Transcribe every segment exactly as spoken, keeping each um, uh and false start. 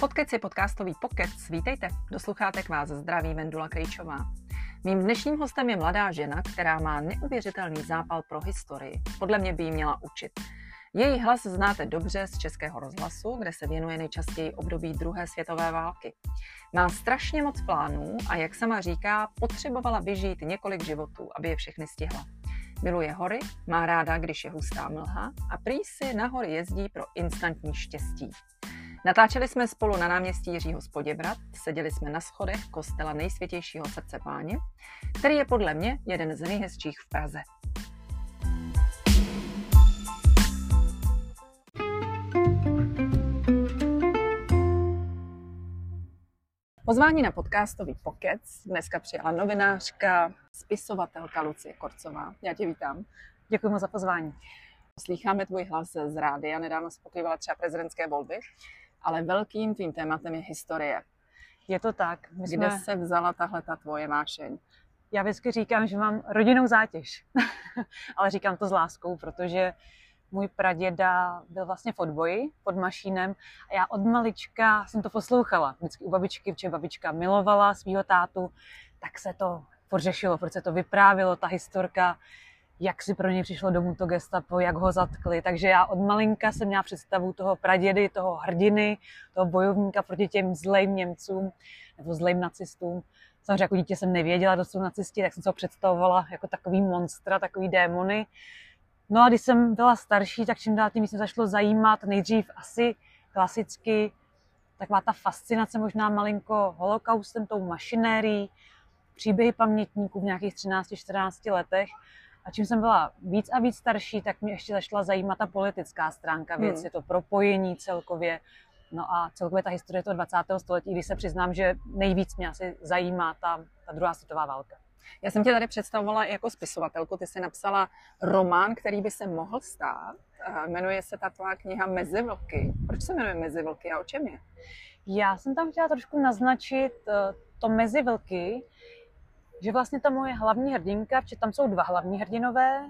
Podcast je podcastový pokec. Vítejte, do sluchátek vás zdraví Vendula Krejčová. Mým dnešním hostem je mladá žena, která má neuvěřitelný zápal pro historii. Podle mě by jí měla učit. Její hlas znáte dobře z Českého rozhlasu, kde se věnuje nejčastěji období druhé světové války. Má strašně moc plánů a jak sama říká, potřebovala vyžít několik životů, aby je všechny stihla. Miluje hory, má ráda, když je hustá mlha a prý si na hory jezdí pro instantní štěstí. Natáčeli jsme spolu na náměstí Jiřího z Poděbrad, seděli jsme na schodech kostela Nejsvětějšího srdce Páně, který je podle mě jeden z nejhezčích v Praze. Pozvání na podcastový pokec dneska přijala novinářka, spisovatelka Lucie Korcová. Já tě vítám. Děkuji moc za pozvání. Slýcháme tvůj hlas z rádia, nedávno spokývala třeba prezidentské volby, ale velkým tvým tématem je historie. Je to tak. My Kde jsme... se vzala tahle ta tvoje vášeň? Já vždycky říkám, že mám rodinnou zátěž, ale říkám to s láskou, protože můj praděda byl vlastně v odboji pod Mašínem a já od malička jsem to poslouchala. Vždycky u babičky, protože babička milovala svýho tátu, tak se to pořešilo, proč se to vyprávilo, ta historka, jak si pro něj přišlo domů to gestapo, jak ho zatkli. Takže já od malinka jsem měla představu toho pradědy, toho hrdiny, toho bojovníka proti těm zlým Němcům nebo zlým nacistům. Samozřejmě jako dítě jsem nevěděla, kdo jsou nacisti, tak jsem se ho představovala jako takový monstra, takový démony. No a když jsem byla starší, tak čím dál tím jsem začalo zajímat, nejdřív asi klasicky taková ta fascinace možná malinko holokaustem, tou mašinérií, příběhy pamětníků v nějakých třinácti čtrnácti letech. A čím jsem byla víc a víc starší, tak mě ještě začala zajímat ta politická stránka věci, hmm. to propojení celkově. No a celkově ta historie toho dvacátého století, když se přiznám, že nejvíc mě asi zajímá ta, ta druhá světová válka. Já jsem tě tady představovala jako spisovatelku. Ty jsi napsala román, který by se mohl stát. Jmenuje se ta tvá kniha Mezivlky. Proč se jmenuje Mezivlky a o čem je? Já jsem tam chtěla trošku naznačit to Mezivlky, že vlastně ta moje hlavní hrdinka, protože tam jsou dva hlavní hrdinové,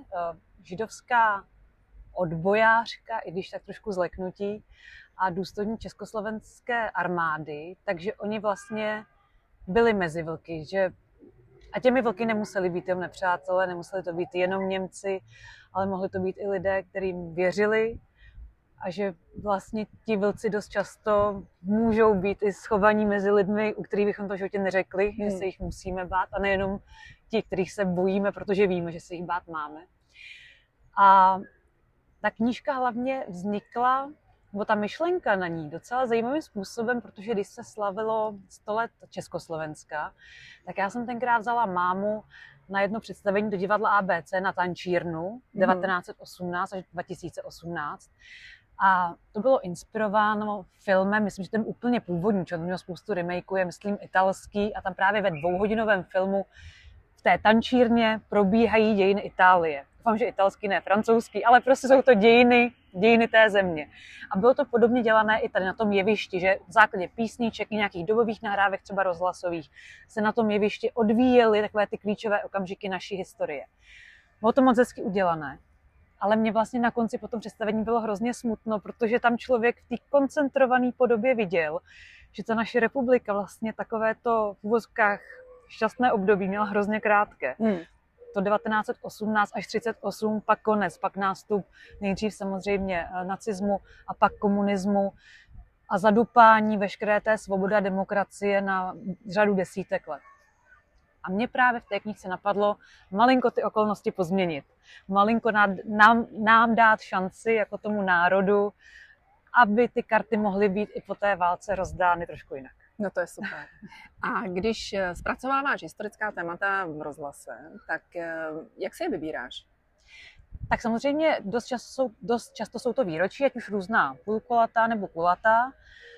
židovská odbojářka, i když tak trošku zleknutí, a důstojník československé armády, takže oni vlastně byli mezivlky, že a těmi vlky nemuseli být jenom nepřátelé, nemuseli to být jenom Němci, ale mohli to být i lidé, kterým věřili a že vlastně ti vlci dost často můžou být i schovaní mezi lidmi, u kterých bychom to v životě neřekli, hmm. že se jich musíme bát a nejenom ti, kterých se bojíme, protože víme, že se jich bát máme. A ta knížka hlavně vznikla, nebo ta myšlenka na ní docela zajímavým způsobem, protože když se slavilo sto let Československa, tak já jsem tenkrát vzala mámu na jedno představení do divadla A B C na Tančírnu devatenáct set osmnáct až dva tisíce osmnáct. A to bylo inspirováno filmem, myslím, že ten úplně původní, čo měl spoustu remakeů, je myslím italský a tam právě ve dvouhodinovém filmu v té tančírně probíhají dějiny Itálie. Doufám, že italský, ne francouzský, ale prostě jsou to dějiny, dějiny té země. A bylo to podobně dělané i tady na tom jevišti, že v základě písniček i nějakých dobových nahrávek, třeba rozhlasových, se na tom jevišti odvíjely takové ty klíčové okamžiky naší historie. Bylo to moc hezky udělané. Ale mě vlastně na konci po tom představení bylo hrozně smutno, protože tam člověk v té koncentrované podobě viděl, že ta naše republika vlastně takovéto v uvozovkách šťastné období měla hrozně krátké. Hmm. To devatenáct set osmnáct až třicet osm, pak konec, pak nástup nejdřív samozřejmě nacismu a pak komunismu a zadupání veškeré té svobody a demokracie na řadu desítek let. A mě právě v té knižce napadlo malinko ty okolnosti pozměnit. Malinko nám, nám dát šanci jako tomu národu, aby ty karty mohly být i po té válce rozdány trošku jinak. No to je super. A když zpracováváš historická témata v rozhlase, tak jak si je vybíráš? Tak samozřejmě dost často jsou, dost často jsou to výročí, ať už různá půlkulatá nebo kulatá.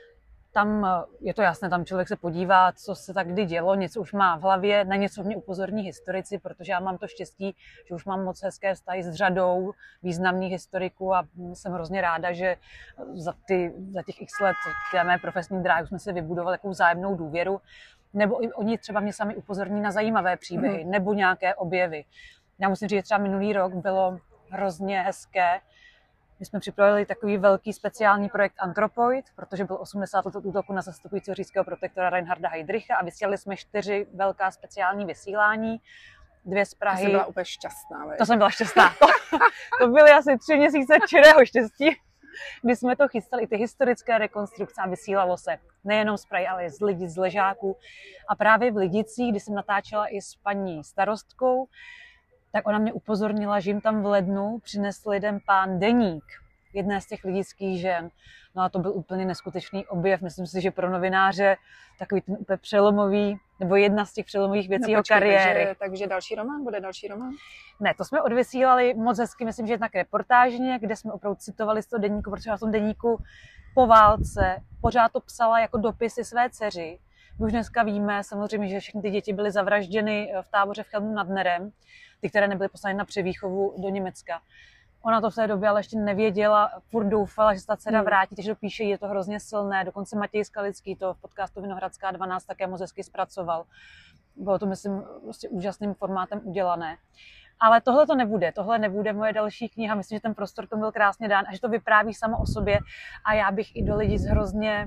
Tam je to jasné, tam člověk se podívá, co se tak kdy dělo, něco už má v hlavě, na něco mě upozorní historici, protože já mám to štěstí, že už mám moc hezké vztahy s řadou významných historiků a jsem hrozně ráda, že za, ty, za těch x let té mé profesní dráhy jsme si vybudovali takovou vzájemnou důvěru, nebo i oni třeba mě sami upozorní na zajímavé příběhy, mm. nebo nějaké objevy. Já musím říct, že třeba minulý rok bylo hrozně hezké, My jsme připravili takový velký speciální projekt Anthropoid, protože byl osmdesát let od útoku na zastupujícího říšského protektora Reinharda Heydricha a vysílali jsme čtyři velká speciální vysílání. Dvě z Prahy. To jsem byla úplně šťastná. Vej. To jsem byla šťastná. To, to byly asi tři měsíce čirého štěstí, kdy jsme to chystali, i ty historické rekonstrukce a vysílalo se nejenom z Prahy, ale i z lidí, z Ležáků. A právě v Lidicích, kdy jsem natáčela i s paní starostkou, tak ona mě upozornila, že jim tam v lednu přinesl jeden pán deník, jedné z těch lidických žen. No a to byl úplně neskutečný objev. Myslím si, že pro novináře takový ten úplně přelomový, nebo jedna z těch přelomových věcí no, jeho kariéry. Takže, takže další román? Bude další román? Ne, to jsme odvysílali moc hezky, myslím, že jednak reportážně, kde jsme opravdu citovali z toho deníku, protože na tom deníku po válce pořád to psala jako dopisy své dceři. My už dneska víme samozřejmě, že všechny ty děti byly zavražděny v táboře v Chełmnu nad Nerem, ty, které nebyly poslány na převýchovu do Německa. Ona to v té době ale ještě nevěděla, furt doufala, že se ta dcera hmm. vrátí, takže to píše, je to hrozně silné. Dokonce Matěj Skalický to v podcastu Vinohradská dvanáct také moc hezky zpracoval. Bylo to, myslím, prostě úžasným formátem udělané. Ale tohle to nebude, tohle nebude moje další kniha. Myslím, že ten prostor tomu byl krásně dán a že to vypráví samo o sobě a já bych i do lidí hrozně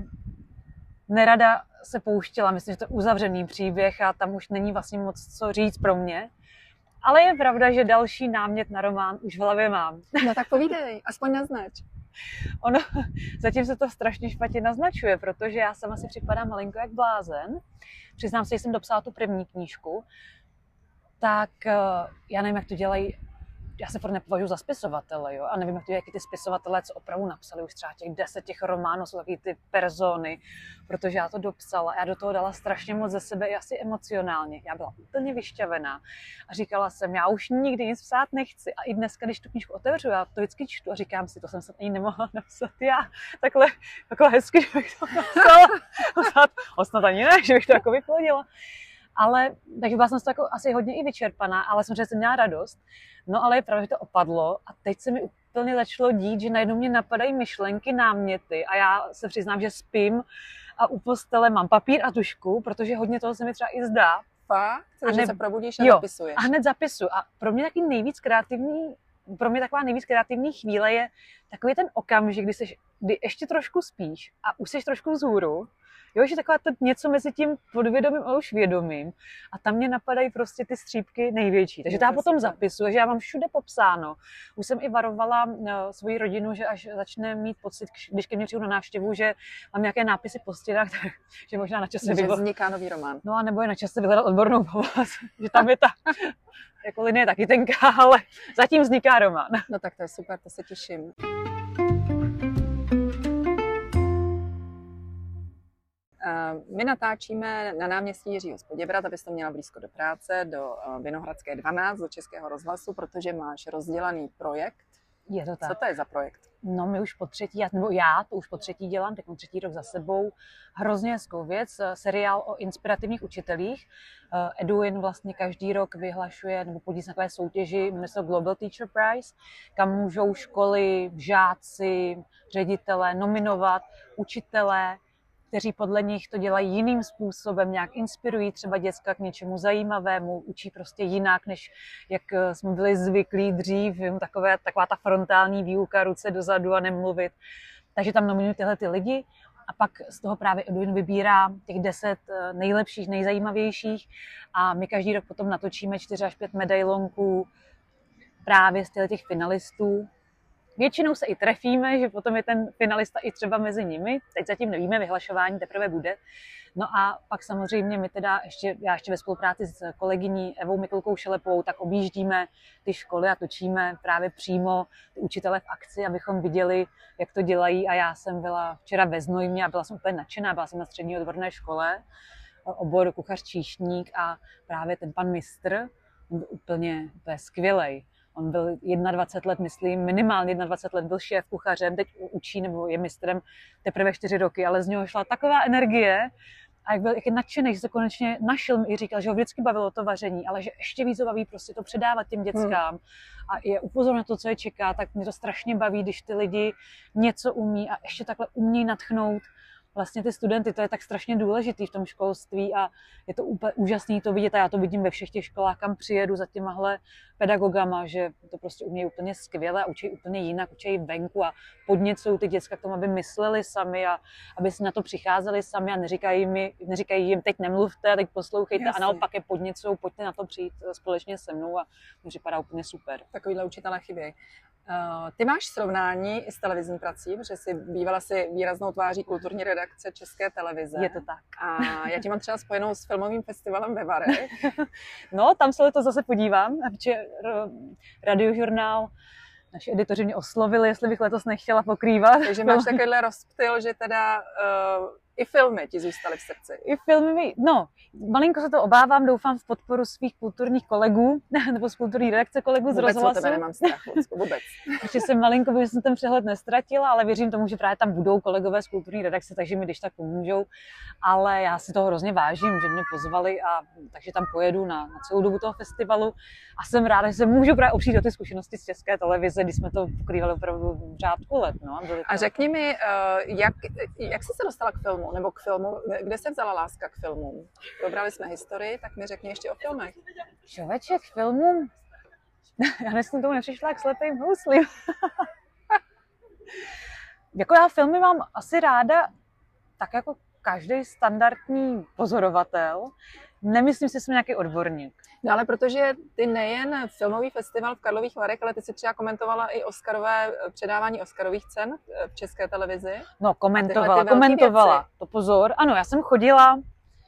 nerada se pouštěla. Myslím, že to je uzavřený příběh a tam už není vlastně moc co říct pro mě. Ale je pravda, že další námět na román už v hlavě mám. No tak povídej, aspoň naznač. Ono, zatím se to strašně špatně naznačuje, protože já sama si připadám malinko jak blázen. Přiznám se, že jsem dopsala tu první knížku, tak já nevím, jak to dělají. Já se furt nepovažuji za spisovatele, jo? A nevím, jak to dělají ty spisovatelé, co opravdu napsali už třeba těch deset těch románů, jsou taky ty persony, protože já to dopsala, já do toho dala strašně moc ze sebe i asi emocionálně. Já byla úplně vyšťavená a říkala jsem, já už nikdy nic psát nechci. A i dneska, když tu knížku otevřu, já to vždycky čtu a říkám si, to jsem se ani nemohla napsat já. Takhle, takhle hezky, že bych to napsala. Snad ani ne, že bych to jako vyplodila. Ale, takže byla jsem z toho jako asi hodně i vyčerpaná, ale samozřejmě jsem měla radost. No ale je pravda, že to opadlo a teď se mi úplně začalo dít, že najednou mě napadají myšlenky, náměty a já se přiznám, že spím a u postele mám papír a tužku, protože hodně toho se mi třeba i zdá. Fakt? Takže ne... se probudíš a jo, zapisuješ. A hned zapisu. A pro mě taky nejvíc kreativní, pro mě taková nejvíc kreativní chvíle je takový ten okamžik, kdy, seš, kdy ještě trošku spíš a už jsi trošku vzhůru. Jo, že taková to něco mezi tím podvědomím a už vědomím. A tam mě napadají prostě ty střípky největší. Takže to já potom zapisuju, že já mám všude popsáno. Už jsem i varovala svoji rodinu, že až začne mít pocit, když ke mně přijdu na návštěvu, že mám nějaké nápisy po stěnách, že možná na čase vyhledat. Vzniká nový román. No a nebo je na čase vyhledat odbornou pomoc. Že tam je ta jako linie taky tenká, ale zatím vzniká román. No tak to je super, to se těším. My natáčíme na náměstí Jiřího z Poděbrad, abys to měla blízko do práce, do Vinohradské dvanáct, do Českého rozhlasu, protože máš rozdělaný projekt. Je to tak. Co to je za projekt? No my už po třetí, nebo já to už po třetí dělám, tak mám třetí rok za sebou. Hrozně hezkou věc, seriál o inspirativních učitelích. Eduin vlastně každý rok vyhlašuje nebo podílí se na takové soutěži, jmenuje se Global Teacher Prize, kam můžou školy, žáci, ředitelé nominovat učitelé, kteří podle nich to dělají jiným způsobem, nějak inspirují třeba děcka k něčemu zajímavému, učí prostě jinak, než jak jsme byli zvyklí dřív, takové, taková ta frontální výuka, ruce dozadu a nemluvit. Takže tam nominují tyhle ty lidi a pak z toho právě Eduin vybírá těch deset nejlepších, nejzajímavějších a my každý rok potom natočíme čtyři až pět medailonků právě z těch finalistů. Většinou se i trefíme, že potom je ten finalista i třeba mezi nimi. Teď zatím nevíme, vyhlašování teprve bude. No a pak samozřejmě my teda ještě, já ještě ve spolupráci s kolegyní Evou Mikulkou Šelepovou, tak objíždíme ty školy a točíme právě přímo ty učitele v akci, abychom viděli, jak to dělají. A já jsem byla včera ve Znojmě a byla jsem úplně nadšená, byla jsem na střední odborné škole, obor kuchař číšník a právě ten pan mistr byl úplně, úplně skvělej. On byl dvacet jedna let, myslím, minimálně dvacet jedna let byl šéf kuchařem, teď učí nebo je mistrem teprve čtyři roky, ale z něho šla taková energie a jak byl jak je nadšený, že se konečně našel, mi i říkal, že ho vždycky bavilo to vaření, ale že ještě víc baví prostě to předávat těm dětskám hmm. a je upozorňovat na to, co je čeká, tak mě to strašně baví, když ty lidi něco umí a ještě takhle umějí nadchnout vlastně ty studenty, to je tak strašně důležitý v tom školství a je to úplně úžasný to vidět a já to vidím ve všech těch školách, kam přijedu za těmahle pedagogama, že to prostě umějí úplně skvěle a učí úplně jinak, učí venku a podněcují ty děcka k tomu, aby mysleli sami a aby si na to přicházeli sami a neříkají, mi, neříkají jim teď nemluvte, teď poslouchejte. Jasně. A naopak je podněcují, pojďte na to přijít společně se mnou a to připadá úplně super. Takovýhle učitelé chybějí. Uh, ty máš srovnání i s televizní prací, protože jsi bývala si výraznou tváří kulturní redakce České televize. Je to tak. A já tě mám třeba spojenou s filmovým festivalem ve Varech. No, tam se to zase podívám. Radiožurnál, naši editoři mě oslovili, jestli bych letos nechtěla pokrývat. Takže máš takovýhle rozptyl, že teda uh, i filmy ti zůstaly v srdci. I filmy, no, malinko se to obávám, doufám v podporu svých kulturních kolegů, nebo z kulturní redakce kolegů z rozhlasu. Vůbec o tebe nemám strach, vůbec. Takže jsem malinko, protože jsem ten přehled nestratila, ale věřím tomu, že právě tam budou kolegové z kulturní redakce, takže mi když tak pomůžou. Ale já si toho hrozně vážím, že mě pozvali a takže tam pojedu na, na celou dobu toho festivalu a jsem ráda, že se můžu právě opřít o ty zkušenosti z České televize, kdy jsme to pokrývali opravdu v řádku let. No, a, a řekni mi, jak, jak jsi se dostala k filmu, nebo k filmu, kde se vzala láska k filmům? Probrali jsme historii, tak mi řekni ještě o filmech. Člověče, k filmům? Já nejsem tomu nepřišla jak slepým houslím. Jako já filmy mám asi ráda tak jako každý standardní pozorovatel. Nemyslím si, že jsem nějaký odborník. No ale protože ty nejen filmový festival v Karlových Varech, ale ty si třeba komentovala i Oscarové, předávání Oscarových cen v České televizi. No, komentovala, komentovala. Věci. To pozor. Ano, já jsem chodila,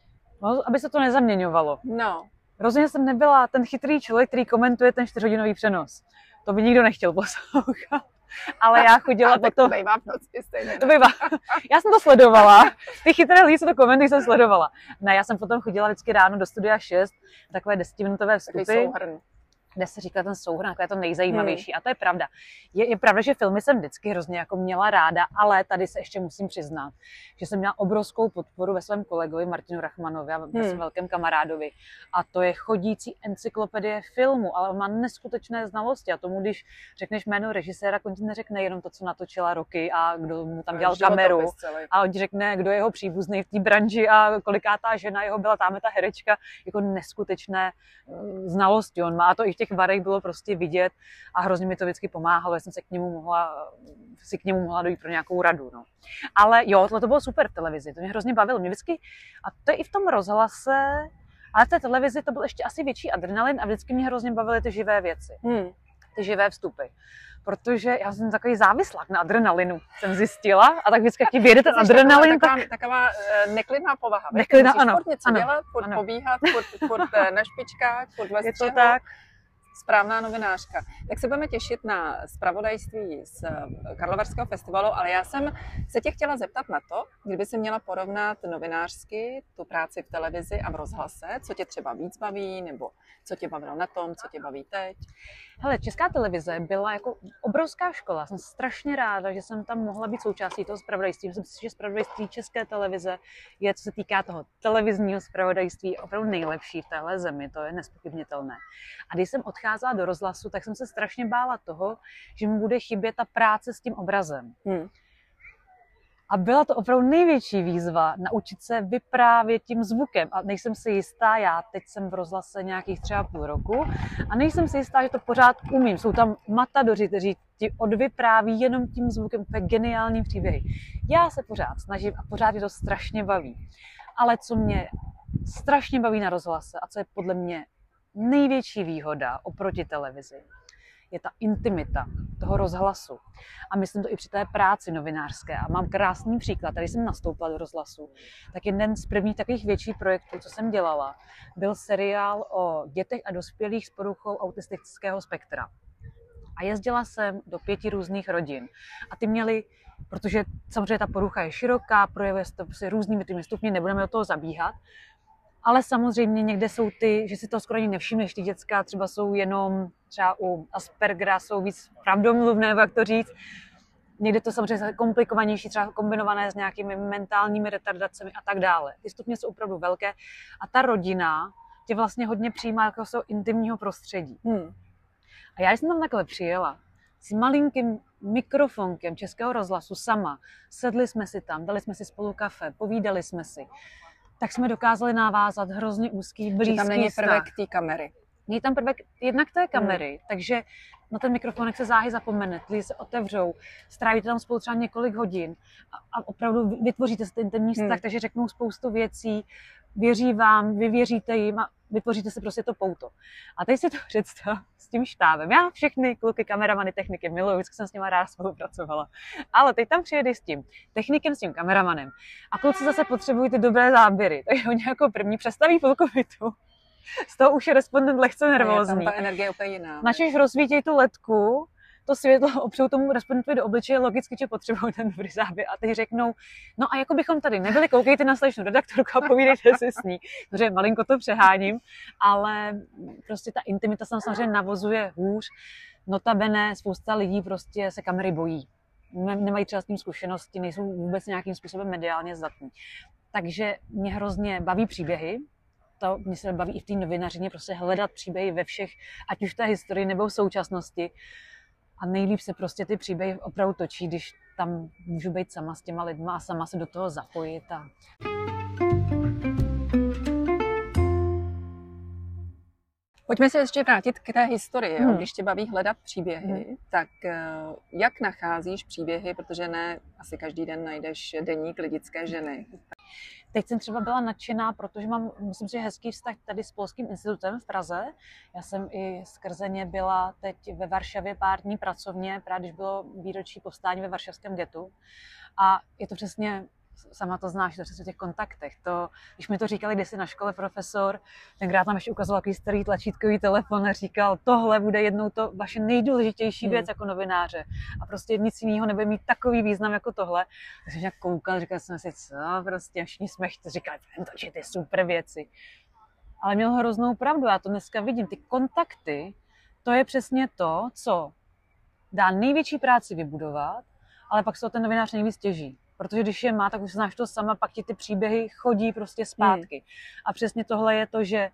no, aby se to nezaměňovalo. No. Rozhodně jsem nebyla ten chytrý člověk, který komentuje ten čtyřhodinový přenos. To by nikdo nechtěl poslouchat. Ale já chodila po to bývá v noci stejně. To bývá. Já jsem to sledovala. Ty chytré lidi, co to komentují, jsem sledovala. Ne, já jsem potom chodila vždycky ráno do Studia šest, takové desetiminutové vstupy. Kde se říká ten souhrn, jako je to nejzajímavější. Hmm. A to je pravda. Je, je pravda, že filmy jsem vždycky hrozně jako měla ráda, ale tady se ještě musím přiznat, že jsem měla obrovskou podporu ve svém kolegovi Martinu Rachmanovi a ve svém hmm. velkém kamarádovi. A to je chodící encyklopedie filmu, ale on má neskutečné znalosti. A tomu, když řekneš jméno režiséra, on ti neřekne jenom to, co natočila roky a kdo mu tam dělal kameru. A on ti řekne, kdo je jeho příbuzný v té branži a kolikátá žena jeho byla tam ta herečka. Jako neskutečné znalosti on má. A to i v těch Varech bylo prostě vidět a hrozně mi to vždycky pomáhalo, já jsem se k němu mohla, si k němu mohla dojít pro nějakou radu. No. Ale jo, tohle to bylo super v televizi, to mě hrozně bavilo. Mě vždycky, a to je i v tom rozhlase, ale v té televizi to byl ještě asi větší adrenalin a vždycky mě hrozně bavily ty živé věci, hmm. ty živé vstupy. Protože já jsem takový závislák na adrenalinu, jsem zjistila, a tak vždycky, jak ti vyjede ten adrenalin, taková, tak... Taková uh, neklidná povaha. Neklidná, ano. Furt něco ano, dělat, furt ano. pobíhat, furt, furt na špičkách, furt ve Je střehu. to tak. Správná novinářka. Tak se budeme těšit na zpravodajství z Karlovarského festivalu, ale já jsem se tě chtěla zeptat na to, kdyby si měla porovnat novinářsky tu práci v televizi a v rozhlase, co tě třeba víc baví, nebo co tě bavilo na tom, co tě baví teď? Hele, Česká televize byla jako obrovská škola. Jsem strašně ráda, že jsem tam mohla být součástí toho zpravodajství. Myslím si, že zpravodajství České televize je, co se týká toho televizního zpravodajství, opravdu nejlepší v téhle zemi. To je nezpochybnitelné. A když jsem odcházela do rozhlasu, tak jsem se strašně bála toho, že mi bude chybět ta práce s tím obrazem. Hmm. A byla to opravdu největší výzva naučit se vyprávět tím zvukem. A nejsem si jistá, já teď jsem v rozhlase nějakých třeba půl roku a nejsem si jistá, že to pořád umím. Jsou tam matadoři, kteří ti odvypráví jenom tím zvukem úplně geniální příběhy. Já se pořád snažím a pořád je to strašně baví. Ale co mě strašně baví na rozhlase a co je podle mě největší výhoda oproti televizi, je ta intimita toho rozhlasu. A myslím to i při té práci novinářské. A mám krásný příklad, tady jsem nastoupila do rozhlasu. Tak jeden z prvních takových větších projektů, co jsem dělala, byl seriál o dětech a dospělých s poruchou autistického spektra. A jezdila jsem do pěti různých rodin. A ty měli, protože samozřejmě ta porucha je široká, projevuje se to prostě různými těmi stupni, nebudeme do toho zabíhat, ale samozřejmě někde jsou ty, že si to skoro ani nevšimneš, ty děcka třeba jsou jenom, třeba u Aspergera jsou víc pravdomluvné, nebo jak to říct. Někde to samozřejmě komplikovanější, třeba kombinované s nějakými mentálními retardacemi a tak dále. Ty stupně jsou opravdu velké a ta rodina tě vlastně hodně přijímá jako z intimního prostředí. Hmm. A já jsem tam takhle přijela s malinkým mikrofonkem Českého rozhlasu sama, sedli jsme si tam, dali jsme si spolu kafe, povídali jsme si, tak jsme dokázali navázat hrozně úzký, blízký vztah. Tam není vztah. prvek té kamery. Není tam prvek jednak té kamery, hmm. takže na ten mikrofonek se záhy zapomene, lidi se otevřou, strávíte tam spolu třeba několik hodin a, a opravdu vytvoříte si ten intimní vztah, hmm. takže řeknou spoustu věcí, věří vám, vy věříte jim a vytvoříte si prostě to pouto. A teď si to představ s tím štábem. Já všechny kluky, kameramany, techniky miluju, vždycky jsem s nimi ráda spolupracovala. Ale teď tam přijede s tím technikem, s tím kameramanem a kluci zase potřebují ty dobré záběry, takže oni jako první přestaví půlkovitu. Z toho už je respondent lehce nervózní. Tam ta energie je úplně jiná. Načež rozsvítěj tu ledku, to světlo opřou tomu respondentovi do obličeje, logicky, že potřebují ten dobrý záběr. A teď řeknou, no a jako bychom tady nebyli, koukejte na slečnu redaktorku a povídejte si s ní. Protože malinko to přeháním, ale prostě ta intimita se samozřejmě navozuje hůř. Notabene spousta lidí prostě se kamery bojí. Nemají třeba s tím zkušenosti, nejsou vůbec nějakým způsobem mediálně zdatní. Takže mě hrozně baví příběhy. To mě se baví i v té novinařině, prostě hledat příběhy ve všech, ať už v té historii nebo v současnosti. A nejlíp se prostě ty příběhy opravdu točí, když tam můžu být sama s těma lidma a sama se do toho zapojit. A... Pojďme se ještě vrátit k té historii. Hmm. Když tě baví hledat příběhy, hmm. tak jak nacházíš příběhy, protože ne asi každý den najdeš deník lidické ženy. Teď jsem třeba byla nadšená, protože mám, myslím si, že hezký vztah tady s Polským institutem v Praze. Já jsem i skrze ně byla teď ve Varšavě pár dní pracovně, právě když bylo výročí povstání ve varšavském getu. A je to přesně, sama to znáš, to přesně v těch kontaktech. To, když mi to říkali kdysi na škole profesor, tenkrát tam ještě ukazoval takový starý tlačítkový telefon a říkal, tohle bude jednou to vaše nejdůležitější věc hmm. jako novináře. A prostě nic jiného nebude mít takový význam jako tohle. Tak jsem nějak koukal, říkal jsem si, co, prostě všichni jsme říkali, točit ty super věci. Ale měl hroznou pravdu, já to dneska vidím. Ty kontakty, to je přesně to, co dá největší práci vybudovat, ale pak se to ten novinář nejvíc těží. Protože když je má, tak už znáš to sama, pak ti ty příběhy chodí prostě zpátky. Hmm. A přesně tohle je to, že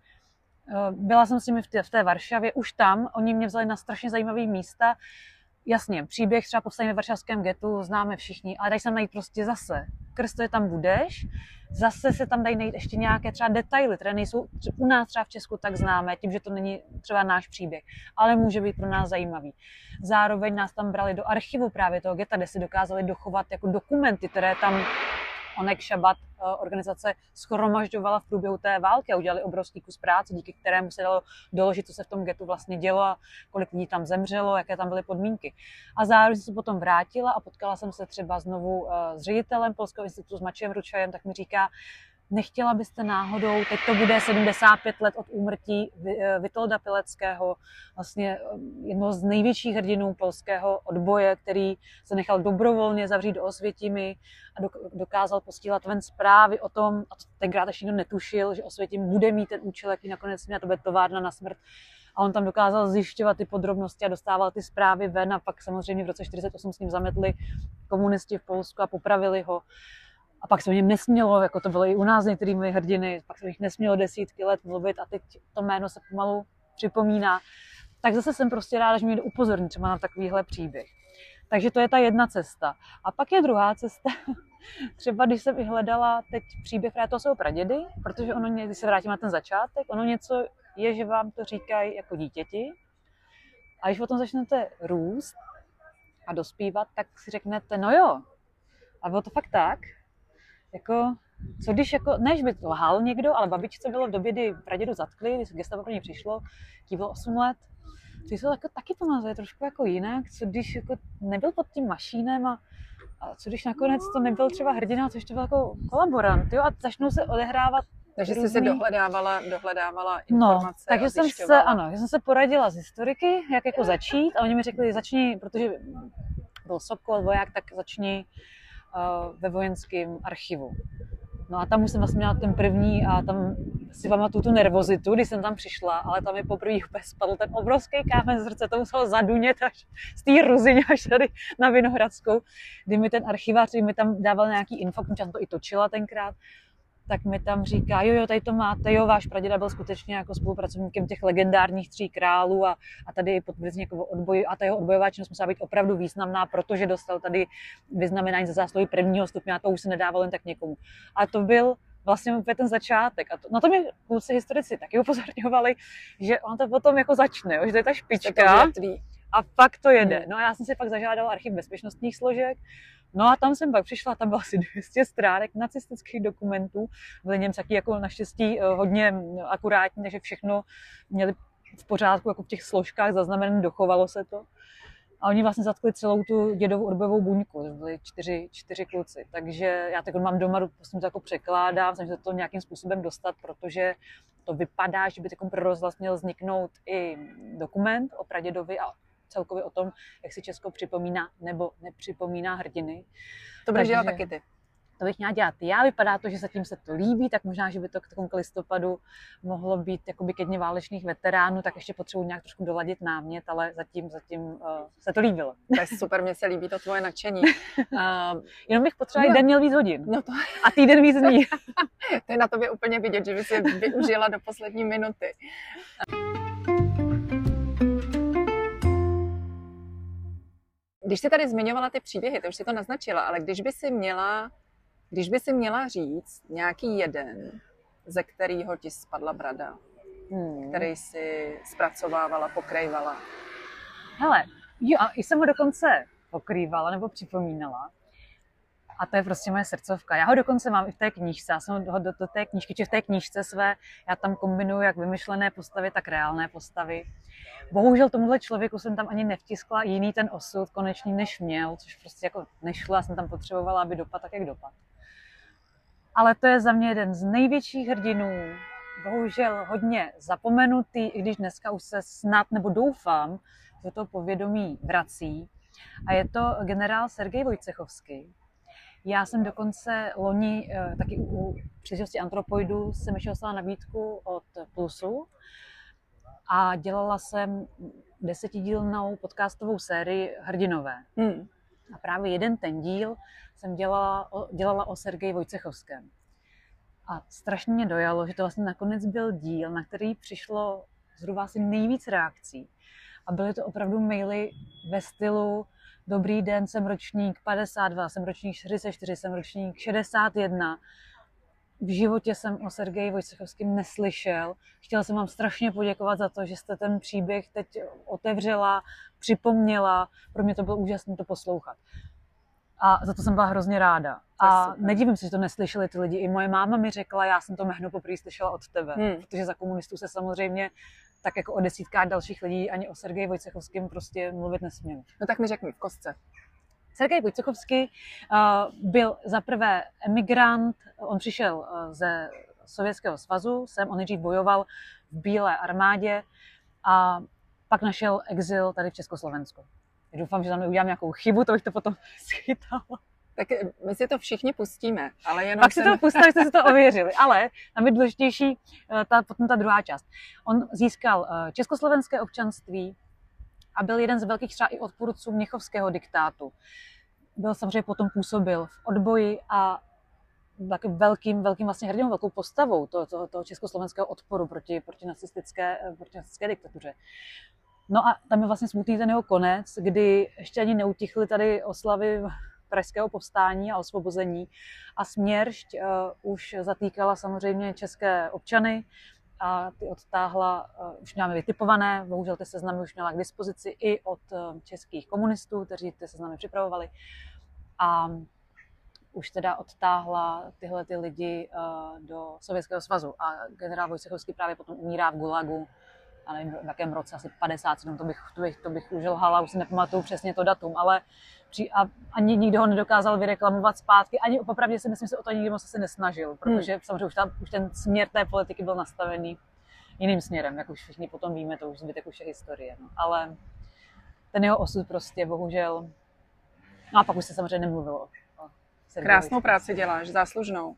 byla jsem s nimi v té, v té Varšavě, už tam, oni mě vzali na strašně zajímavé místa. Jasně, příběh třeba povstání ve varšavském getu známe všichni, ale dají se najít prostě zase. Krz to je tam budeš, zase se tam dají najít ještě nějaké třeba detaily, které nejsou u nás třeba v Česku tak známé, tím, že to není třeba náš příběh, ale může být pro nás zajímavý. Zároveň nás tam brali do archivu právě toho geta, kde si dokázali dochovat jako dokumenty, které tam Onek Šabat organizace shromažďovala v průběhu té války a udělali obrovský kus práce, díky kterému se dalo doložit, co se v tom getu vlastně dělo a kolik lidí tam zemřelo, jaké tam byly podmínky. A zároveň jsem se potom vrátila a potkala jsem se třeba znovu s ředitelem Polského institutu, s Mačejem Ručajem, tak mi říká, nechtěla byste náhodou, teď to bude sedmdesát pět let od úmrtí Witolda Pileckého, vlastně jednoho z největších hrdinů polského odboje, který se nechal dobrovolně zavřít do Osvětimi a dokázal posílat ven zprávy o tom, a to tenkrát ještě nikdo netušil, že Osvětim bude mít ten účel, jaký nakonec měl, to bude továrna na smrt. A on tam dokázal zjišťovat ty podrobnosti a dostával ty zprávy ven a pak samozřejmě v roce čtyřicet osm s ním zametli komunisti v Polsku a popravili ho. A pak se o něm nesmělo, jako to bylo i u nás s některými hrdiny, pak se o nich nesmělo desítky let mluvit a teď to jméno se pomalu připomíná. Tak zase jsem prostě ráda, že mě upozorní třeba na takovýhle příběh. Takže to je ta jedna cesta. A pak je druhá cesta, třeba když jsem i hledala teď příběh právě toho svého pradědy, protože ono, když se vrátím na ten začátek, ono něco je, že vám to říkají jako dítěti. A když potom začnete růst a dospívat, tak si řeknete, no jo, a bylo to fakt tak. Jako, co když jako, než by lhal někdo, ale babičce bylo v době, kdy pradědu zatkli, když gestapo pro ní přišlo, jí bylo osm let, což se jako taky pamatuje trošku jako jinak, co když jako nebyl pod tím mašínem a, a co když nakonec to nebyl třeba hrdina, což to byl jako kolaborant, jo, a začnou se odehrávat. Takže různý... jsi se dohledávala, dohledávala informace. No, takže jsem se, ano, já jsem se poradila s historiky, jak jako začít a oni mi řekli, začni, protože byl Sokol, voják, tak začni ve vojenském archivu. No a tam už jsem vlastně měla ten první a tam si pamatuju tu nervozitu, když jsem tam přišla, ale tam mi poprvé úplně spadl ten obrovský kámen z srdce, to muselo zadunět až z té Ruzyně až tady na Vinohradskou, kdy mi ten archivář mi tam dával nějaký info, protože jsem to i točila tenkrát. tak mi tam říká, jo, jo, tady to máte, jo, váš praděda byl skutečně jako spolupracovníkem těch legendárních tří králů a, a tady je potvrzení jako odboj, a ta jeho odbojová činnost musela být opravdu významná, protože dostal tady vyznamenání za zásluhy prvního stupně a to už se nedávalo jen tak někomu. A to byl vlastně úplně ten začátek. A to, na to mě kluci historici taky upozorňovali, že on to potom jako začne, jo, že to je ta špička a pak to jede. Hmm. No a já jsem si pak zažádala archiv bezpečnostních složek. No a tam jsem pak přišla, tam bylo asi dvě stě stránek nacistických dokumentů. Byly něm taky jako naštěstí hodně akurátní, takže všechno měli v pořádku jako v těch složkách zaznamenané, dochovalo se to. A oni vlastně zatkli celou tu dědovou odbojovou buňku, to byli čtyři, čtyři kluci. Takže já tak mám doma, prostě to jako překládám, snažím se to nějakým způsobem dostat, protože to vypadá, že by takový pro rozhlas měl vzniknout i dokument o pradědovi a celkově o tom, jak si Česko připomíná nebo nepřipomíná hrdiny. To budeš dělat taky ty. To bych měla dělat já. Vypadá to, že zatím se to líbí, tak možná, že by to k tomu listopadu mohlo být jakoby ke dně válečných veteránů, tak ještě potřebuji nějak trošku doladit námět, ale zatím, zatím uh, se to líbilo. To je super, mně se líbí to tvoje nadšení. Uh, Jenom bych potřebovala, no, den měl víc hodin. No to... A týden víc dní. To je na tobě úplně vidět, že by si využila do poslední minuty. Když jsi tady zmiňovala ty příběhy, to už si to naznačila, ale když by si měla, když by si měla říct nějaký jeden, ze kterého ti spadla brada, hmm. který si zpracovávala, pokrývala. Hele, jo, a jsem ho dokonce pokrývala nebo připomínala. A to je prostě moje srdcovka. Já ho dokonce mám i v té knížce. Já jsem ho do, do té knížky, či v té knížce své, já tam kombinuju jak vymyšlené postavy, tak reálné postavy. Bohužel tomuhle člověku jsem tam ani nevtiskla jiný ten osud konečný než měl, což prostě jako nešlo. Já jsem tam potřebovala, aby dopad tak, jak dopad. Ale to je za mě jeden z největších hrdinů, bohužel hodně zapomenutý, i když dneska už se snad nebo doufám, že to povědomí vrací. A je to generál Sergej Vojcechovský. Já jsem dokonce loni taky u příležitosti Antropoidu jsem ještě dostala nabídku od Plusu a dělala jsem desetidílnou podcastovou sérii Hrdinové. Hmm. A právě jeden ten díl jsem dělala, dělala o Sergeji Vojcechovském. A strašně mě dojalo, že to vlastně nakonec byl díl, na který přišlo zhruba asi nejvíc reakcí. A byly to opravdu maily ve stylu: dobrý den, jsem ročník padesát dva, jsem ročník čtyřicet čtyři, jsem ročník šedesát jedna. V životě jsem o Sergeji Vojcechovském neslyšel. Chtěla jsem vám strašně poděkovat za to, že jste ten příběh teď otevřela, připomněla. Pro mě to bylo úžasné to poslouchat. A za to jsem byla hrozně ráda. A nedivím se, že to neslyšeli ty lidi. I moje máma mi řekla, já jsem to jméno poprvé slyšela od tebe. Hmm. Protože za komunistů se samozřejmě tak jako o desítkách dalších lidí ani o Sergeji Vojcechovském prostě mluvit nesměli. No tak mi řekni v kostce. Sergej Vojcechovský uh, byl zaprvé emigrant, on přišel uh, ze Sovětského svazu, sem on nejdřív bojoval v Bílé armádě a pak našel exil tady v Československu. Já doufám, že tam neudělám nějakou chybu, to bych to potom schytala. Tak my si to všichni pustíme, ale jenom Pak jsem... si to pustili, jste si to ověřili, ale tam je důležitější ta, potom ta druhá část. On získal československé občanství a byl jeden z velkých třeba i odpůrců mnichovského diktátu. Byl samozřejmě potom působil v odboji a takovým velkým, velkým vlastně hrdinou, velkou postavou toho, toho, toho československého odporu proti, proti, nacistické, proti nacistické diktatuře. No a tam je vlastně smutný ten jeho konec, kdy ještě ani neutichly tady oslavy pražského povstání a osvobození a směršť uh, už zatýkala samozřejmě české občany a ty odtáhla, uh, už měla vytipované, bohužel ty seznamy už měla k dispozici i od uh, českých komunistů, kteří ty seznamy připravovali a už teda odtáhla tyhle ty lidi uh, do Sovětského svazu a generál Vojcechovský právě potom umírá v Gulagu, a nevím, v jakém roce, asi padesát sedm, to bych, to bych, to bych už lhala, už si nepamatuju přesně to datum, ale při, a ani nikdo ho nedokázal vyreklamovat zpátky, ani popravdě si myslím, že se o to nikdy moc asi nesnažil, protože hmm. samozřejmě už, tam, už ten směr té politiky byl nastavený jiným směrem, jak už všichni potom víme, to už zbytek už je historie, no. Ale ten jeho osud prostě bohužel, no a pak už se samozřejmě nemluvilo o Sergeji. Krásnou práci děláš, záslužnou.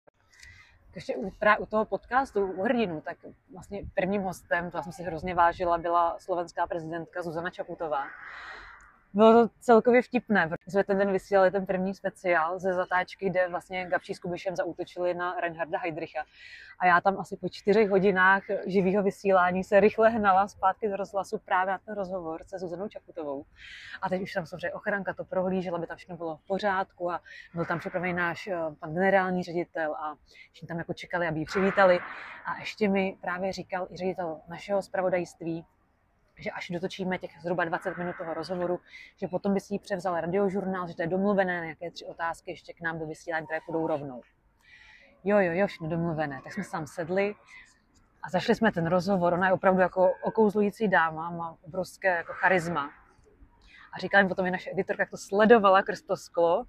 Ještě u, u toho podcastu, u hrdinů, tak vlastně prvním hostem, to já jsem si hrozně vážila, byla slovenská prezidentka Zuzana Čaputová. bylo to celkově vtipné, protože jsme ten den vysílali ten první speciál ze zatáčky, kde vlastně Gabčí s Kubišem zaútočili na Reinharda Heydricha. A já tam asi po čtyřech hodinách živého vysílání se rychle hnala zpátky do rozhlasu právě na ten rozhovor se Zuzanou Čaputovou. A teď už tam samozřejmě ochranka to prohlížela, aby tam všechno bylo v pořádku a byl tam připravený náš pan generální ředitel a všichni tam jako čekali, aby ji přivítali. A ještě mi právě říkal i ředitel našeho zpravodajství, že až dotočíme těch zhruba dvacet minut toho rozhovoru, že potom by si ji převzal radiožurnál, že to je domluvené, nějaké tři otázky ještě k nám do vysílání, které půjdou rovnou. Jo, jo, jo, všechno domluvené. Tak jsme se tam sedli a zašli jsme ten rozhovor. Ona je opravdu jako okouzlující dáma, má obrovské jako charisma. A říkala mi potom i naše editorka, jak to sledovala krz to sklo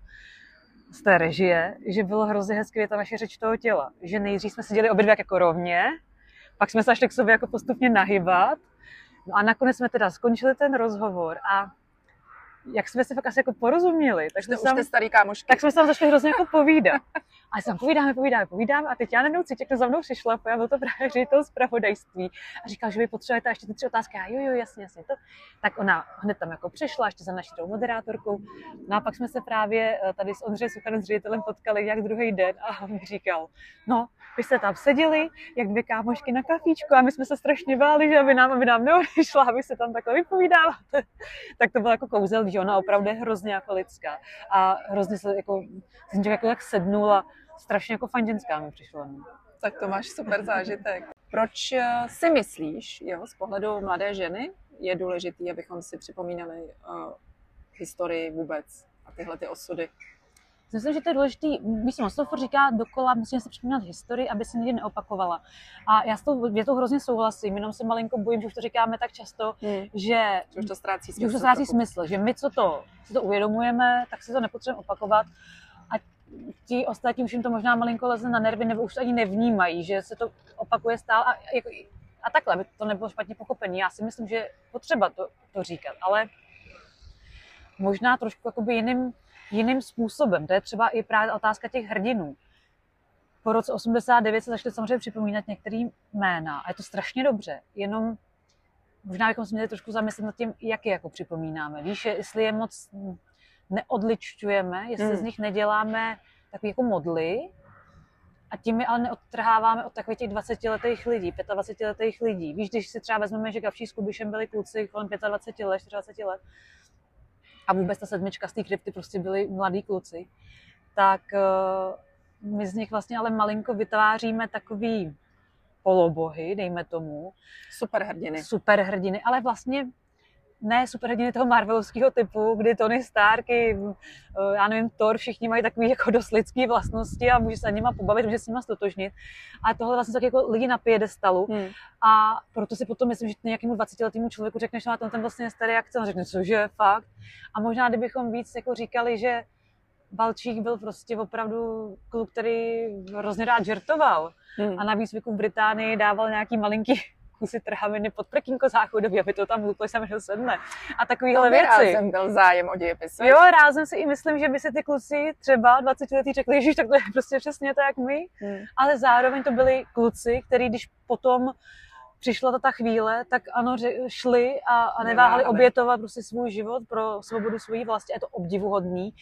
z té režie, že bylo hrozně hezky ta naše řeč toho těla. Že nejdřív jsme seděli obě dvě jako rovně, pak jsme se začali k sobě jako postupně nahybat. No a nakonec jsme teda skončili ten rozhovor a jak jsme si fakt asi jako porozuměli, tak jsme, tam, starý kámošky. tak jsme se tam začali hrozně jako povídat. A se tam povídáme, povídáme, povídáme a teď já najednou cítím, jak za mnou přišla, a byl to právě ředitel zpravodajství a říkal, že vy potřebujete ještě ty tři otázky. A jo, jo, jasně, jasně to. Tak ona hned tam jako přišla, ještě za naší moderátorkou. No a pak jsme se právě tady s Ondřejem Suchanem s ředitelem potkali jak druhý den a on mi říkal, no, vy jste tam seděli, jak dvě kámošky na kafíčku a my jsme se strašně báli, že aby nám, aby nám neodešla, aby se tam takhle vypovídáváte. Tak to bylo jako kouzel, že ona opravdu je hrozně jako lidská a hrozně se jako, jsem jako jak sednula, strašně jako fajn ženská mi přišlo. No. Tak to máš super zážitek. Proč si myslíš, jo, z pohledu mladé ženy je důležité, abychom si připomínali uh, historii vůbec a tyhle ty osudy? Myslím, že to je důležitý, víš, Mostofor říká dokola, musíme si připomínat historii, aby se nikdy neopakovala. A já s tou větou hrozně souhlasím, jenom se malinko bojím, že už to říkáme tak často, hmm. že, že už to ztrácí smysl. Že už to ztrácí smysl, že my, co to, si to uvědomujeme, tak si to nepotřebujeme opakovat. A ti ostatní už jim to možná malinko leze na nervy, nebo už to ani nevnímají, že se to opakuje stále. A, jako, a takhle, aby to nebylo špatně pochopení. Já si myslím, že je potřeba to, to říkat, ale možná trošku jakoby jiným jiným způsobem. To je třeba i právě otázka těch hrdinů. Po roce osmdesát devět se začaly samozřejmě připomínat některé jména a je to strašně dobře. Jenom možná bychom se měli trošku zamyslet nad tím, jak je jako připomínáme. Víš, jestli je moc neodličťujeme, jestli hmm. z nich neděláme takový jako modly a tím je ale neodtrháváme od takových těch dvacetiletých lidí, dvacetiletých lidí. Víš, když si třeba vezmeme, že Gabčí s Kubišem byli kluci kolem dvacet pět let, dvacet let, a vůbec ta sedmička z té krypty prostě byli mladí kluci, tak uh, my z nich vlastně ale malinko vytváříme takový polobohy, dejme tomu. Superhrdiny. Superhrdiny, ale vlastně ne superhrdiny toho marvelovského typu, kdy Tony Stark, uh, já nevím, Thor, všichni mají takový jako dost lidský vlastnosti a může se nad nima pobavit, může s nima stotožnit. A tohle vlastně jsou tak jako lidi na piedestalu. Hmm. A proto si potom myslím, že nějakému dvacetiletému člověku řekneš, no a ten, ten vlastně je starý jak on řekne, cože, fakt. A možná, kdybychom víc jako říkali, že Balčík byl prostě opravdu kluk, který hrozně rád žertoval. Hmm. A na výcviku v Británii dával nějaký malinký kusy trhaviny pod prkínko záchodový, aby to tam luplo sam sedne. A takovýhle věci. Rázem byl zájem o dějepis. Jo, rázem si i myslím, že by si ty kluci třeba dvacetiletí řekli, ježiš, tak to je prostě přesně tak jak my. Hmm. Ale zároveň to byli kluci, kteří když potom přišla ta chvíle, tak ano, šli a, a neváhali obětovat prostě svůj život pro svobodu svojí vlasti. Je to obdivuhodný.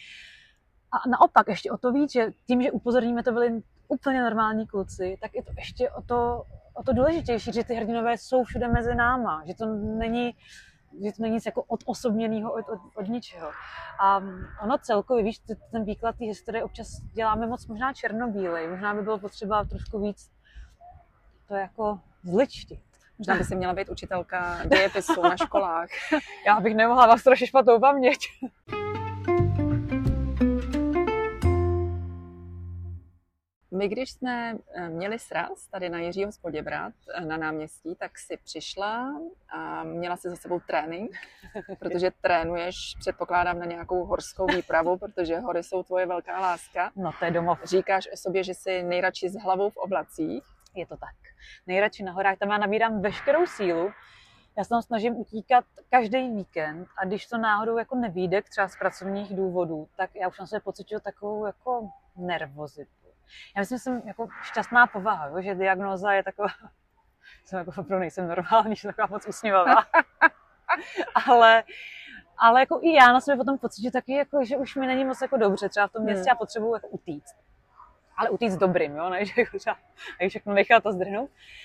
A naopak ještě o to víc, že tím, že upozorníme, to byli úplně normální kluci, tak je to ještě o to, o to důležitější, že ty hrdinové jsou všude mezi náma, že to není, že to není nic jako odosobněného od, od, od ničeho. A ono celkově, víš, ten výklad té historie občas děláme moc možná černobílej, možná by bylo potřeba trošku víc to jako zličtit. Možná by si měla být učitelka dějepisu na školách. Já bych nemohla, mám strašně špatnou paměť. My, když jsme měli sraz tady na Jiřího z Poděbrad na náměstí, tak si přišla a měla si za sebou trénink, protože trénuješ, předpokládám, na nějakou horskou výpravu, protože hory jsou tvoje velká láska. No to je domov. Říkáš o sobě, že jsi nejradši s hlavou v oblacích. Je to tak. Nejradši na horách, tam já nabírám veškerou sílu. Já se tam snažím utíkat každý víkend a když to náhodou jako nevyjde, třeba z pracovních důvodů, tak já už na sebe pocituju takovou jako nervozitu. Já myslím, že jsem jako šťastná povaha, jo? Že diagnóza je taková, jsem jako opravdu nejsem normální, že taková moc usměvavá. ale, Ale jako i já na sobě potom pocítím taky, jako, že už mi není moc jako dobře, třeba v tom městě já potřebuju jako utíct. Ale utíct dobrým, jo, ne, že jako třeba všechno nechat a zdrhnout.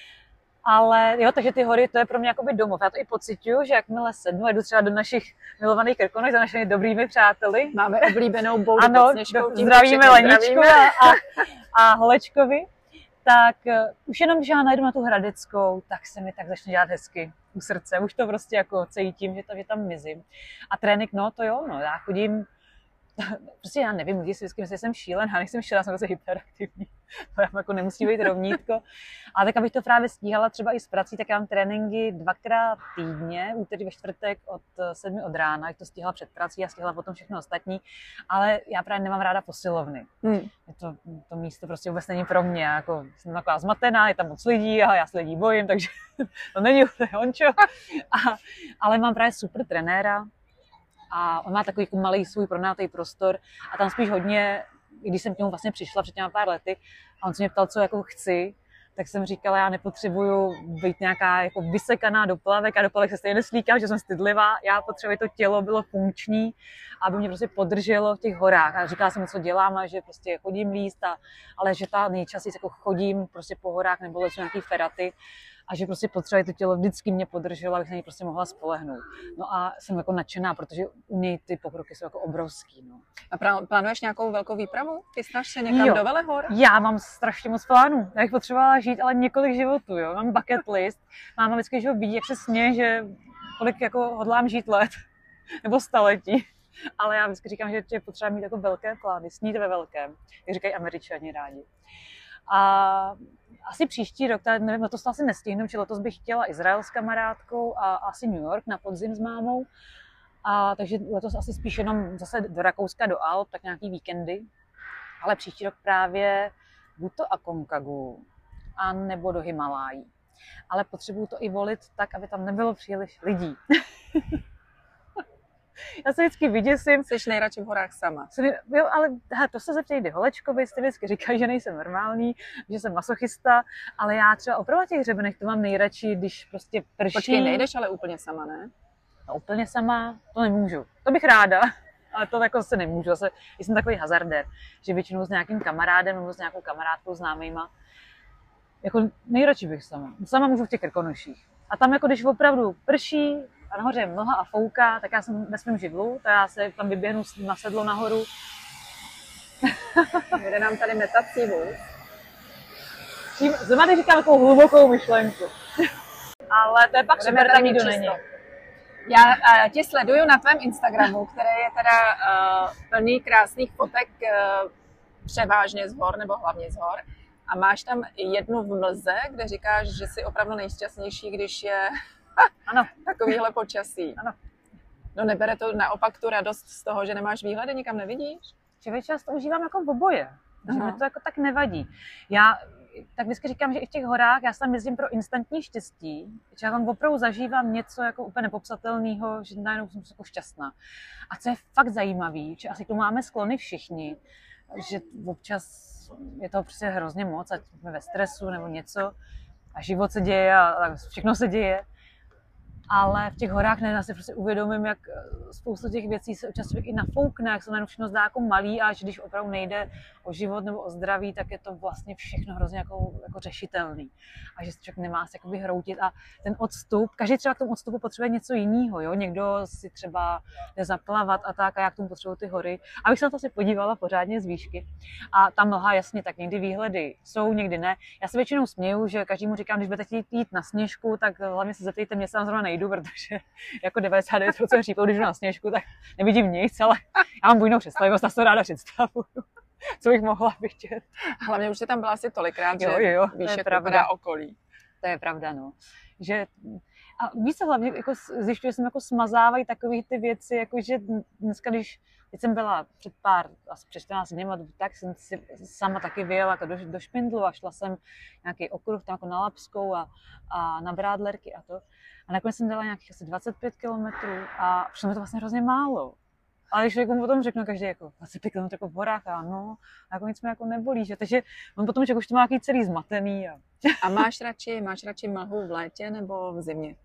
Ale jo, takže ty hory, to je pro mě jakoby domov. Já to i pociťuju, že jakmile sednu, jdu třeba do našich milovaných Krkonoš za našimi dobrými přáteli. Máme oblíbenou boudu ano, pod Sněžkou. Zdravíme Leničku a, a Holečkovi. Tak uh, už jenom, že já najdu na tu Hradeckou, tak se mi tak začne dělat hezky u srdce. Už to prostě jako cítím, že, to, že tam mizím. A trénink, no to jo, no já chodím, prostě já nevím, lidi si vždycky myslí, že jsem šílen, já nejsem šílen, jsem prostě hyperaktivní. To jako nemusí být rovnítko. Ale tak, abych to právě stíhala třeba i s prací, tak já mám tréninky dvakrát týdně, úterý ve čtvrtek od sedmi od rána, jak to stíhala před prací a stíhala potom všechno ostatní. Ale já právě nemám ráda posilovny. Hmm. To, to místo prostě vůbec není pro mě. Jako, jsem taková zmatená, je tam moc lidí a já se lidí bojím, takže to není úplně hončo. A, ale mám právě super trenéra. A on má takový jako malý svůj pronátý prostor a tam spíš hodně, když jsem k němu vlastně přišla před těma pár lety a on se mě ptal, co jako chci, tak jsem říkala, já nepotřebuju být nějaká jako vysekaná do plavek a do plavek se stejně neslíkám, že jsem stydlivá, já potřebuji, aby to tělo bylo funkční, aby mě prostě podrželo v těch horách. A říkala jsem, co dělám a že prostě chodím líst, a, ale že ta nejčastěji jako chodím prostě po horách nebo lezu nějaký feraty. A že prostě potřebuje to tělo vždycky mě podrželo, abych na něj prostě mohla spolehnout. No a jsem jako nadšená, protože u něj ty pokroky jsou jako obrovský. No. A plánuješ nějakou velkou výpravu? Chystáš se někam jo. do Velehor? Já mám strašně moc plánů. Já bych potřebovala žít ale několik životů. Jo. Mám bucket list. Mám vždycky, že ho vidí, jak se směje, že kolik jako hodlám žít let nebo staletí. Ale já vždycky říkám, že je potřeba mít jako velké plány, snít ve velkém, jak říkají Američani rádi. A asi příští rok, tak nevím, letos to asi nestihnu, či letos bych chtěla Izrael s kamarádkou a asi New York na podzim s mámou. A takže letos asi spíš jenom zase do Rakouska, do Alp, tak nějaký víkendy. Ale příští rok právě buď to Aconcagua, a nebo do Himalájí. Ale potřebuju to i volit tak, aby tam nebylo příliš lidí. Já se vždycky vyděsím. Jsi nejradši v horách sama. Jo, ale he, to se zeptejte Holečkovi, jste vždycky říkají, že nejsem normální, že jsem masochista, ale já třeba opravdu těch hřebenech to mám nejradši, když prostě prší. Počkej, nejdeš ale úplně sama, ne? No, úplně sama, to nemůžu. To bych ráda, ale to jako se nemůžu. Zase jsem takový hazardér, že většinou s nějakým kamarádem nebo s nějakou kamarádkou známejma. Jako nejradši bych sama. Sama můžu v těch Krkonoších. A tam jako když opravdu prší, a nahoře je mlha a fouká, tak já jsem ve svém živlu, tak já se tam vyběhnu na sedlo nahoru. Jde nám tady metací vůz. Zrovna teď říkám takovou hlubokou myšlenku. Ale to je pak super, tam nikdo není. Já uh, tě sleduju na tvém Instagramu, který je teda uh, plný krásných fotek uh, převážně z hor, nebo hlavně z hor. A máš tam jednu v mlze, kde říkáš, že jsi opravdu nejšťastnější, když je ano. takovýhle počasí. Ano. No nebere to naopak tu radost z toho, že nemáš výhledy, nikam nevidíš? Že většinou to užívám jako v oboje. Že mi to jako tak nevadí. Já tak vždycky říkám, že i v těch horách já tam jezdím pro instantní štěstí, že já tam opravdu zažívám něco jako úplně nepopsatelného, že najednou jsem jako šťastná. A co je fakt zajímavý, že asi tu máme sklony všichni, že občas je toho prostě hrozně moc, ať jsme ve stresu nebo něco a život se děje a všechno se děje. Ale v těch horách ne, já si prostě uvědomím, jak spoustu těch věcí se občas člověk i nafoukne, jak se najednou všechno zdá jako malý a že když opravdu nejde o život nebo o zdraví, tak je to vlastně všechno hrozně jako, jako řešitelný. A že se člověk nemá se jakoby hroutit a ten odstup, každý třeba k tomu odstupu potřebuje něco jiného, jo? Někdo si třeba jde zaplavat a tak a já k tomu potřebuji ty hory. Abych se na to si podívala pořádně z výšky. A ta mlha, jasně, tak někdy výhledy jsou, někdy ne. Já se většinou směju, že každému říkám, když budete chtít jít na Sněžku, tak hlavně se zeptejte, mě se tam zrovna nejdu, protože jako devadesát devět procent řípou, když jdu na Sněžku, tak nevidím nic, ale já mám bujnou představivost, já se to ráda představuju. Co bych mohla vidět. Hlavně už jsi tam byla asi tolikrát, jo, že jo, víš, to je jak pravda. okolí. To je pravda, no. Že, a víc se hlavně jako zjišťuje, že jsem jako smazávají takové ty věci, jako že dneska, když teď jsem byla před pár, asi před čtrnácti dněma, tak jsem si sama taky vyjela jako do, do Špindlu a šla jsem nějaký okruh tam jako na Lapskou a, a na Brádlerky a to. A nakonec jsem dala nějakých asi dvacet pět kilometrů a přišlo mi to vlastně hrozně málo. Ale když člověk mu potom řekne každý jako dvacet pět kilometrů jako v horách a no, a jako nic mi jako nebolí, že? Takže on potom člověk už to má nějaký celý zmatený. A, a máš radši, máš radši mlhu v létě nebo v zimě?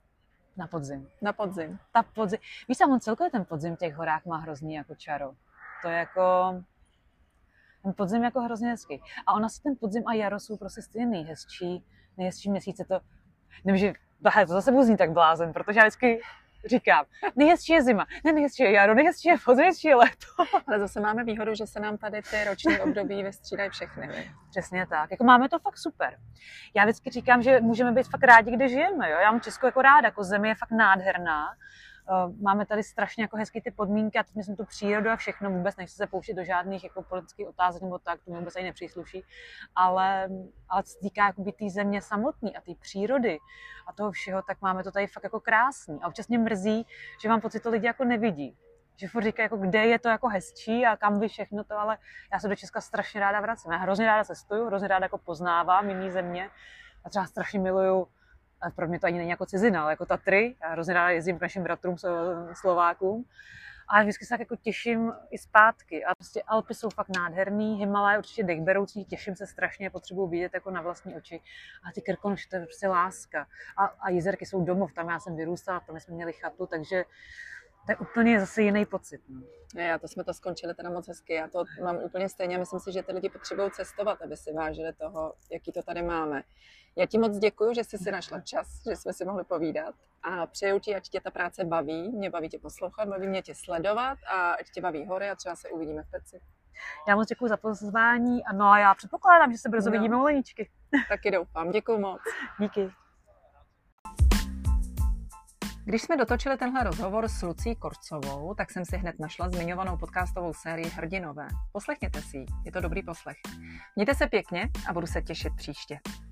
Na podzim. Na podzim. Ta podzim. Víš, tam on celkově ten podzim v těch horách má hrozný jako čaro. To je jako... Ten podzim jako hrozně hezký. A ona si ten podzim a jaro jsou prostě stejně nejhezčí, nejhezčí měsíce. To, nevím, že to zase budu znít tak blázen, protože já vždycky říkám, nejhezčí je zima, ne nejhezčí je jaro, nejhezčí je podzim, nejhezčí je léto. Ale zase máme výhodu, že se nám tady ty roční období vystřídají všechny. Ne? Přesně tak. Jako máme to fakt super. Já vždycky říkám, že můžeme být fakt rádi, kde žijeme. Jo? Já mám Česko jako ráda, jako země je fakt nádherná. Máme tady strašně jako hezký ty podmínky a teď myslím tu přírodu a všechno, vůbec nechci se pouštět do žádných jako politických otázek nebo tak, to mi vůbec ani nepřísluší, ale, ale co se týká jakoby té země samotné a té přírody a toho všeho, tak máme to tady fakt jako krásný. A občas mě mrzí, že mám pocit, že to lidi jako nevidí. Že furt říkají, jako kde je to jako hezčí a kam by všechno to, ale já se do Česka strašně ráda vracím. Já hrozně ráda cestuju, hrozně ráda jako poznávám jiný země a třeba strašně miluju. Ale pro mě to ani není jako cizina, ale jako Tatry. Já hrozně ráda jezdím k našim bratrům Slovákům. A vždycky se tak jako těším i zpátky. A prostě Alpy jsou fakt nádherný, Himalaj určitě dechberoucí, těším se strašně, potřebuji vidět jako na vlastní oči. A ty Krkonoše, to je prostě láska. A, a jezerky jsou domov, tam já jsem vyrůstala, tam jsme měli chatu, takže to je úplně zase jiný pocit. No. Já to jsme to skončili teda moc hezky, já to mám úplně stejně. Myslím si, že ty lidi potřebují cestovat, aby si vážili toho, jaký to tady máme. Já ti moc děkuju, že jsi si našla čas, že jsme si mohli povídat a přeju ti, ať tě ta práce baví, mě baví tě poslouchat, baví mě tě sledovat a ať tě baví hory a třeba se uvidíme v Peci. Já moc děkuju za pozvání a no a já předpokládám, že se brzo no. vidíme u Leničky. Taky doufám, děkuju moc. Díky. Když jsme dotočili tenhle rozhovor s Lucí Korcovou, tak jsem si hned našla zmiňovanou podcastovou sérii Hrdinové. Poslechněte si ji, je to dobrý poslech. Mějte se pěkně a budu se těšit příště.